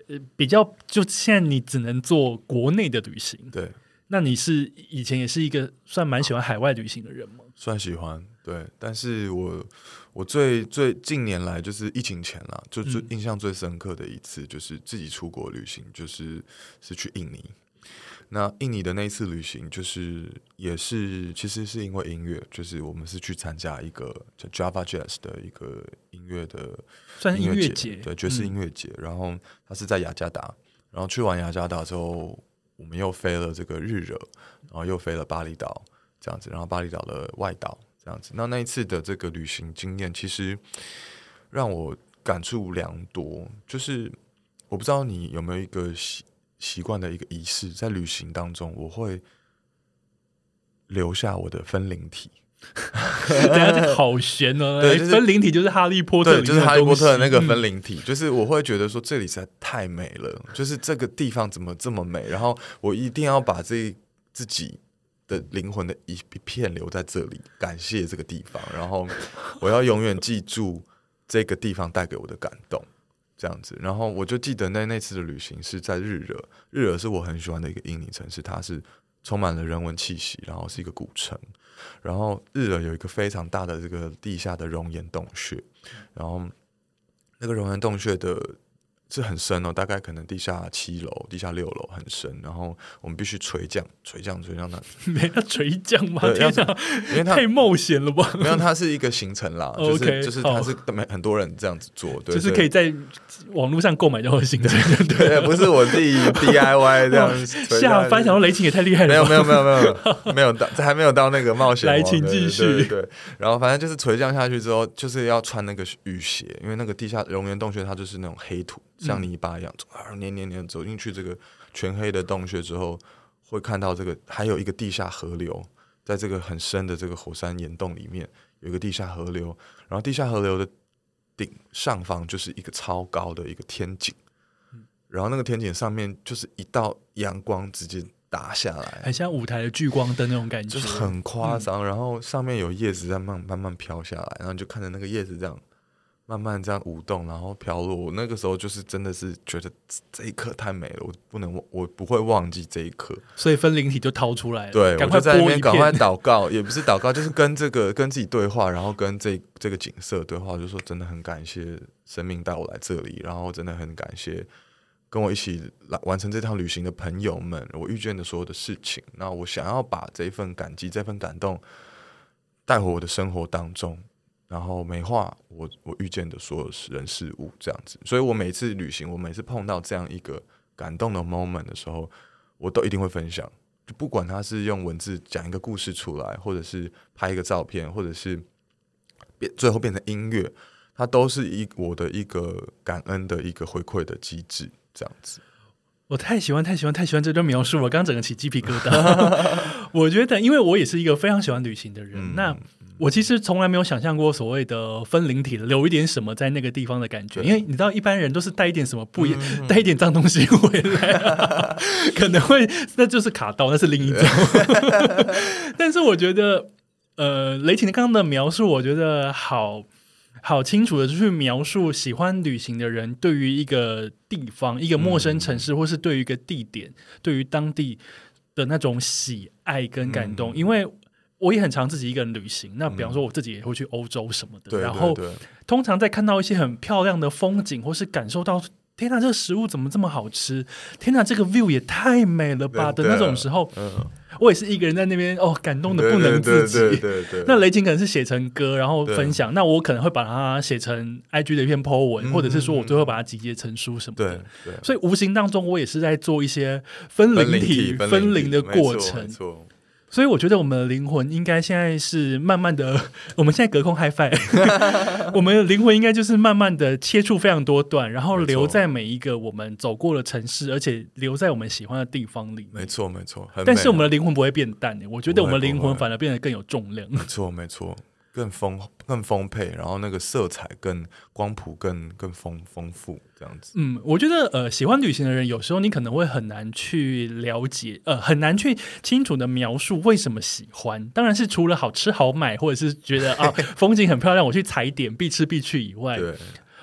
比较就现在你只能做国内的旅行。 对， 那你是以前也是一个算蛮喜欢海外旅行的人吗？ 算喜欢，对。但是我最近年来就是疫情前啦，就最印象最深刻的一次就是自己出国旅行，是去印尼。那印尼的那一次旅行，也是其实是因为音乐，就是我们是去参加一个叫 Java Jazz 的一个音乐的， 算是音乐节， 对，爵士音乐节。然后它是在雅加达，然后去完雅加达之后，我们又飞了这个日惹，然后又飞了巴厘岛这样子，然后巴厘岛的外岛这样子。那一次的这个旅行经验，其实让我感触良多，就是我不知道你有没有一个习惯的一个仪式，在旅行当中，我会留下我的分灵体。 等一下这个好悬哦！ 对，就是、 分灵体就是哈利波特， 对，就是哈利波特的那个分灵体，就是我会觉得说这里实在太美了，就是这个地方怎么这么美，然后我一定要把自己的灵魂的一片留在这里，感谢这个地方，然后我要永远记住这个地方带给我的感动。这样子，然后我就记得那次的旅行是在日惹，日惹是我很喜欢的一个印尼城市，它是充满了人文气息，然后是一个古城，然后日惹有一个非常大的这个地下的熔岩洞穴，然后那个熔岩洞穴的是很深哦，大概可能地下7楼、地下6楼很深，然后我们必须垂降那没要垂降吗？ 天哪，因为它太冒险了吧？ 没有，它是一个行程啦，就是它是很多人这样子做，对， 就是可以在网络上购买到的行程， 对，不是我自己 DIY 这样。 下翻想到雷霆也太厉害了， 没有到，还没有到那个冒险。 来，请继续。 对，然后反正就是垂降下去之后，就是要穿那个雨鞋，因为那个地下熔岩洞穴它就是那种黑土。像泥巴一样，黏走进去这个全黑的洞穴之后，会看到这个还有一个地下河流，在这个很深的这个火山岩洞里面有一个地下河流，然后地下河流的上方就是一个超高的一个天井，然后那个天井上面就是一道阳光直接打下来， 很像舞台的聚光灯那种感觉， 就是很夸张。然后上面有叶子在慢慢飘下来，然后你就看着那个叶子这样慢慢这样舞动，然后飘落。我那个时候就是真的是觉得这一刻太美了，我不会忘记这一刻。 所以分灵体就掏出来了， 对，我就在那边赶快祷告，也不是祷告，就是跟自己对话，然后跟这个景色对话，就说真的很感谢生命带我来这里，然后真的很感谢跟我一起来完成这趟旅行的朋友们，我遇见的所有的事情。那我想要把这份感激、这份感动带回我的生活当中。然后美化我遇见的所有人事物这样子，所以我每次旅行，我每次碰到这样一个感动的 moment 的时候，我都一定会分享，就不管他是用文字讲一个故事出来，或者是拍一个照片，或者是最后变成音乐，它都是我的一个感恩的一个回馈的机制这样子。 我太喜欢这段描述了，刚刚整个起鸡皮疙瘩。我觉得因为我也是一个非常喜欢旅行的人，那我其实从来没有想象过所谓的分灵体留一点什么在那个地方的感觉，因为你知道一般人都是带一点什么不一样，带一点脏东西回来，可能会那就是卡到，那是另一种。但是我觉得雷霆刚刚的描述我觉得好清楚的去描述喜欢旅行的人对于一个地方、一个陌生城市，或是对于一个地点、对于当地的那种喜爱跟感动。因为我也很常自己一个人旅行，那比方说我自己也会去欧洲什么的，然后通常在看到一些很漂亮的风景，或是感受到天哪，这个食物怎么这么好吃？天哪，这个 view 也太美了吧的那种时候，我也是一个人在那边感动的不能自己。那雷霆可能是写成歌然后分享，那我可能会把它写成 IG 的一篇 po 文，或者是说我最后把它集结成书什么的。所以无形当中我也是在做一些分灵体分灵的过程。所以我觉得我们的灵魂应该现在是慢慢的，我们现在隔空 high five， 我们的灵魂应该就是慢慢的切出非常多段，然后留在每一个我们走过的城市，而且留在我们喜欢的地方里面。 没错， 但是我们的灵魂不会变淡，我觉得我们的灵魂反而变得更有重量。 没错，更丰沛，然后那个色彩更光谱更丰富这样子。 我觉得喜欢旅行的人有时候你可能会很难去了解，很难去清楚的描述为什么喜欢。当然是除了好吃好买，或者是觉得风景很漂亮，我去踩点必吃必去以外，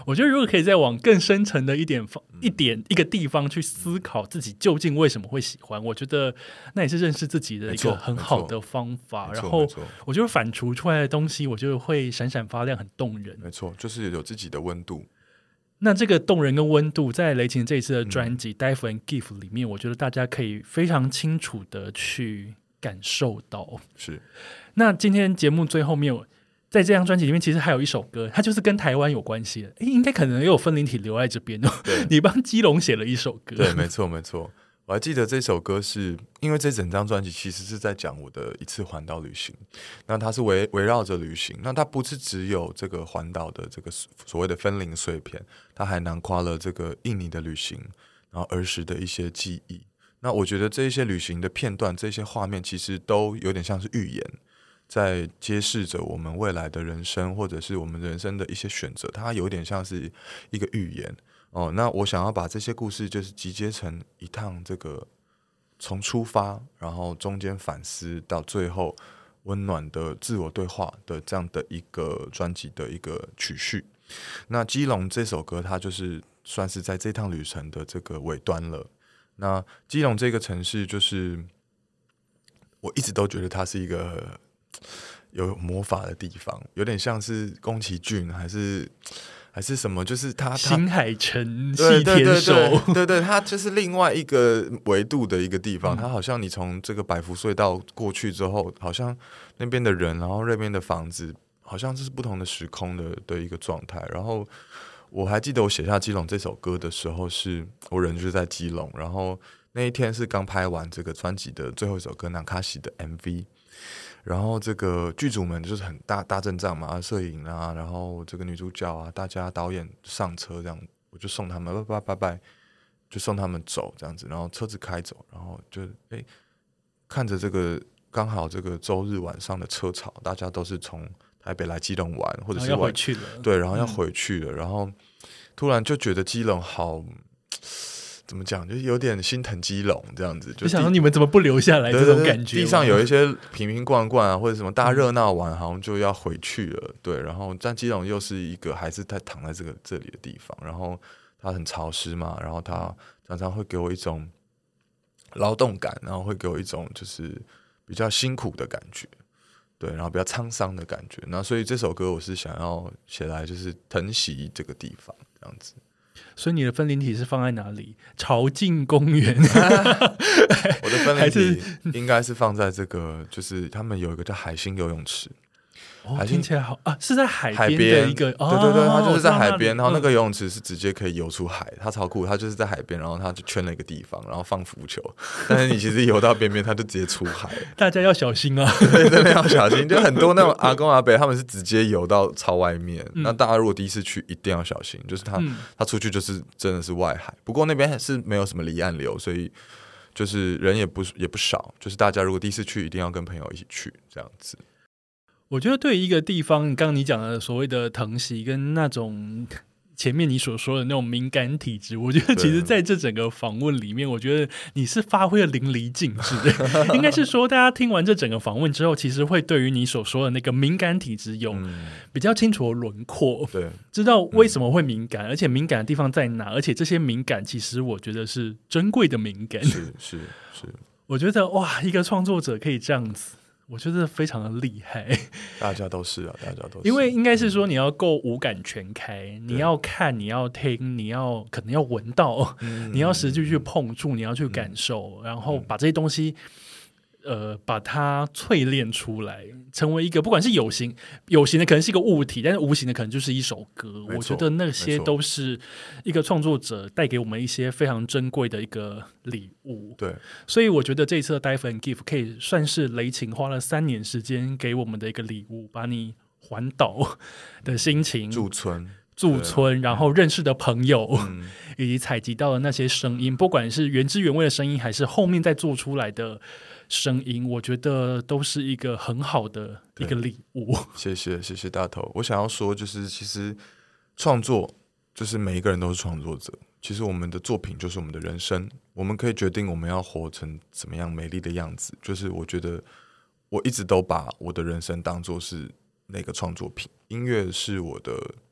我觉得如果可以再往更深层的一个地方去思考自己究竟为什么会喜欢，我觉得那也是认识自己的一个很好的方法。然后我觉得反刍出来的东西，我觉得会闪闪发亮，很动人。 没错，就是有自己的温度。 那这个动人跟温度，在雷霆这一次的专辑《Dive and Give》里面，我觉得大家可以非常清楚的去感受到。 是。 那今天节目最后面，在这张专辑里面，其实还有一首歌，它就是跟台湾有关系的。应该可能也有分灵体留在这边哦。你帮基隆写了一首歌。 对，没错没错。我还记得这首歌是因为这整张专辑其实是在讲我的一次环岛旅行，那它是围绕着旅行，那它不是只有这个环岛的这个所谓的分灵碎片，它还囊括了这个印尼的旅行，然后儿时的一些记忆。那我觉得这些旅行的片段，这些画面其实都有点像是预言，在揭示着我们未来的人生，或者是我们人生的一些选择，它有点像是一个预言。那我想要把这些故事就是集结成一趟这个从出发，然后中间反思到最后温暖的自我对话的这样的一个专辑的一个曲序。那基隆这首歌它就是算是在这趟旅程的这个尾端了。那基隆这个城市就是我一直都觉得它是一个有魔法的地方，有点像是宫崎骏还是什么，就是他新海诚系天手， 对，他就是另外一个维度的一个地方。他好像你从这个百福隧道过去之后，好像那边的人，然后那边的房子，好像这是不同的时空的一个状态。然后我还记得我写下基隆这首歌的时候，是我人就是在基隆，然后那一天是刚拍完这个专辑的最后一首歌《南卡西》的 MV。然后这个剧组们就是很大阵仗嘛，摄影啊，然后这个女主角啊，大家导演上车这样，我就送他们拜，就送他们走这样子，然后车子开走，然后就看着这个刚好这个周日晚上的车潮，大家都是从台北来基隆玩，或者是要回去了， 对，然后要回去了，然后突然就觉得基隆好。怎么讲，就是有点心疼基隆这样子， 就想说你们怎么不留下来这种感觉。 地上有一些瓶瓶罐罐啊，或者什么大家热闹完好像就要回去了，对。然后但基隆又是一个还是在躺在这里的地方，然后它很潮湿嘛，然后它常常会给我一种劳动感，然后会给我一种就是比较辛苦的感觉，对，然后比较沧桑的感觉。那所以这首歌我是想要写来就是疼惜这个地方这样子。 所以你的分灵体是放在哪里？潮境公园？ 我的分灵体应该是放在这个，就是他们有一个叫海星游泳池。 听起来好啊，是在海边的一个， 对，它就是在海边，然后那个游泳池是直接可以游出海，它超酷，它就是在海边，然后它就圈了一个地方，然后放浮球，但是你其实游到边边，它就直接出海了。 大家要小心啊！ 对，真的要小心，就很多那种阿公阿伯他们是直接游到超外面，那大家如果第一次去一定要小心，就是他出去就是真的是外海，不过那边是没有什么离岸流，所以就是人也不少，就是大家如果第一次去一定要跟朋友一起去这样子。 我觉得对于一个地方，刚刚你讲的所谓的疼惜跟那种前面你所说的那种敏感体质，我觉得其实在这整个访问里面，我觉得你是发挥的淋漓尽致的。应该是说大家听完这整个访问之后，其实会对于你所说的那个敏感体质有比较清楚的轮廓， 对， 知道为什么会敏感，而且敏感的地方在哪，而且这些敏感其实我觉得是珍贵的敏感。 是， 我觉得哇，一个创作者可以这样子，我觉得非常的厉害。 大家都是啊， 因为应该是说你要够五感全开，你要看，你要听，你要可能要闻到，你要实际去碰触，你要去感受，然后把这些东西把它淬炼出来，成为一个不管是有形的可能是一个物体，但是无形的可能就是一首歌。我觉得那些都是一个创作者带给我们一些非常珍贵的一个礼物。 对， 所以我觉得这一次的 Dive and Give 可以算是雷霆花了3年时间给我们的一个礼物，把你环岛的心情驻村， 然后认识的朋友，以及采集到的那些声音，不管是原汁原味的声音，还是后面再做出来的声音，我觉得都是一个很好的一个礼物。 谢谢大头。我想要说就是其实创作就是每一个人都是创作者，其实我们的作品就是我们的人生，我们可以决定我们要活成怎么样美丽的样子。就是我觉得我一直都把我的人生当作是那个创作品，音乐是我的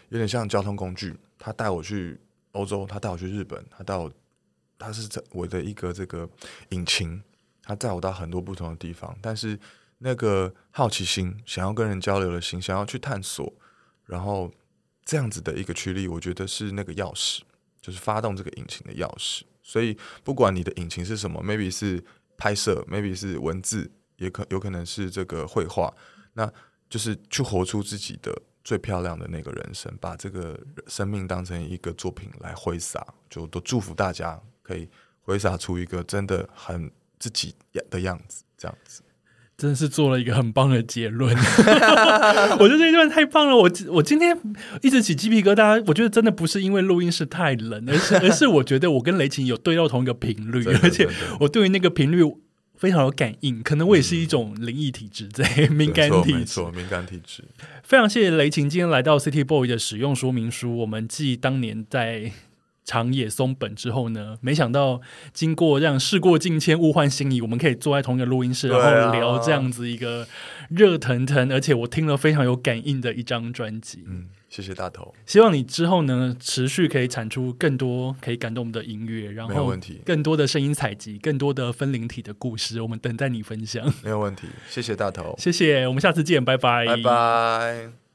有点像交通工具，他带我去欧洲，他带我去日本，他是我的一个这个引擎，他载我到很多不同的地方，但是那个好奇心，想要跟人交流的心，想要去探索，然后这样子的一个驱力，我觉得是那个钥匙，就是发动这个引擎的钥匙。所以不管你的引擎是什么 ，maybe 是拍摄 ，maybe 是文字，有可能是这个绘画，那就是去活出自己的最漂亮的那个人生，把这个生命当成一个作品来挥洒，就都祝福大家可以挥洒出一个真的很自己的样子，这样子。 真的是做了一个很棒的结论，我觉得这一段太棒了。我今天一直起鸡皮疙瘩，我觉得真的不是因为录音室太冷，而是我觉得我跟雷琴有对到同一个频率，而且我对于那个频率非常有感应，可能我也是一种灵异体质，在敏感体质， 没错，敏感体质。 非常谢谢雷琴今天来到 City Boy 的使用说明书。我们继当年在长野松本之后呢，没想到经过这样事过境迁物换星移，我们可以坐在同一个录音室，然后聊这样子一个热腾腾而且我听了非常有感应的一张专辑。 谢谢大头， 希望你之后呢持续可以产出更多可以感动我们的音乐，然后更多的声音采集，更多的分灵体的故事，我们等待你分享。 没有问题，谢谢大头， 谢谢，我们下次见，拜拜， 拜拜。